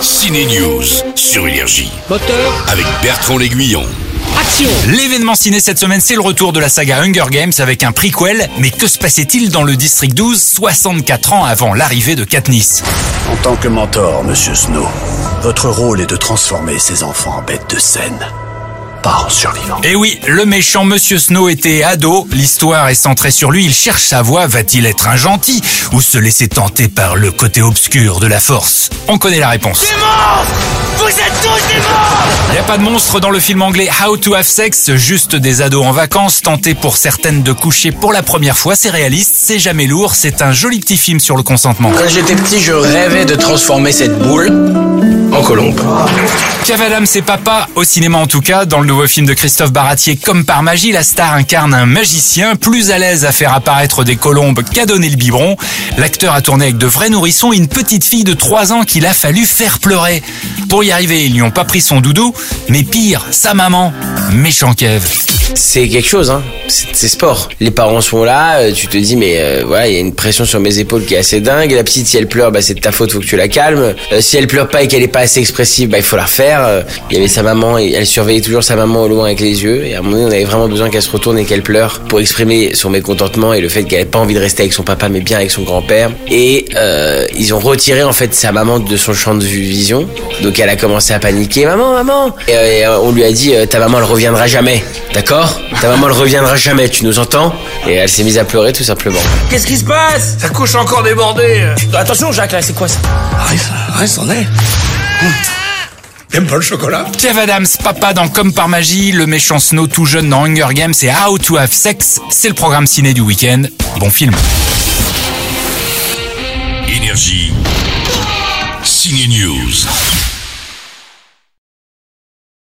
Ciné News sur Énergie. Moteur, Avec Bertrand L'Aiguillon. action. L'événement ciné cette semaine, c'est le retour de la saga Hunger Games avec un prequel. Mais que se passait-il dans le District 12, 64 ans avant l'arrivée de Katniss? En tant que mentor, Monsieur Snow, votre rôle est de transformer ces enfants en bêtes de scène, pas en survivants. Et oui, le méchant Monsieur Snow était ado, l'histoire est centrée sur lui, il cherche sa voie, va-t-il être un gentil ou se laisser tenter par le côté obscur de la force? On connaît la réponse. Vous êtes tous des morts. Il n'y a pas de monstre dans le film anglais How to Have Sex, juste des ados en vacances, tentés pour certaines de coucher pour la première fois, c'est réaliste, c'est jamais lourd, c'est un joli petit film sur le consentement. Quand j'étais petit, je rêvais de transformer cette boule en colombe. Kev Adams et papa, au cinéma en tout cas, dans le nouveau film de Christophe Baratier, Comme par magie, la star incarne un magicien plus à l'aise à faire apparaître des colombes qu'à donner le biberon. L'acteur a tourné avec de vrais nourrissons et une petite fille de 3 ans qu'il a fallu faire pleurer. Pour y arriver, ils lui ont pas pris son doudou, mais pire, sa maman. Méchant Kev. C'est quelque chose, hein. C'est sport. Les parents sont là, tu te dis, mais voilà, il y a une pression sur mes épaules qui est assez dingue. La petite, si elle pleure, c'est de ta faute, faut que tu la calmes. Si elle pleure pas et qu'elle est pas assez expressive, il faut la refaire. Il y avait sa maman, et elle surveillait toujours sa maman au loin avec les yeux. Et à un moment donné, on avait vraiment besoin qu'elle se retourne et qu'elle pleure pour exprimer son mécontentement et le fait qu'elle n'avait pas envie de rester avec son papa, mais bien avec son grand-père. Et ils ont retiré en fait sa maman de son champ de vision. Donc elle a commencé à paniquer, maman. Et on lui a dit, ta maman elle reviendra jamais, d'accord? Ta maman elle reviendra jamais, tu nous entends? Et elle s'est mise à pleurer tout simplement. Qu'est-ce qui se passe? Ta couche encore débordée. Attention Jacques, là c'est quoi ça? Reste en est. T'aimes pas le chocolat? Kev Adams, papa dans Comme par magie, le méchant Snow tout jeune dans Hunger Games et How to Have Sex, c'est le programme ciné du week-end. Bon film. Énergie. Ciné News.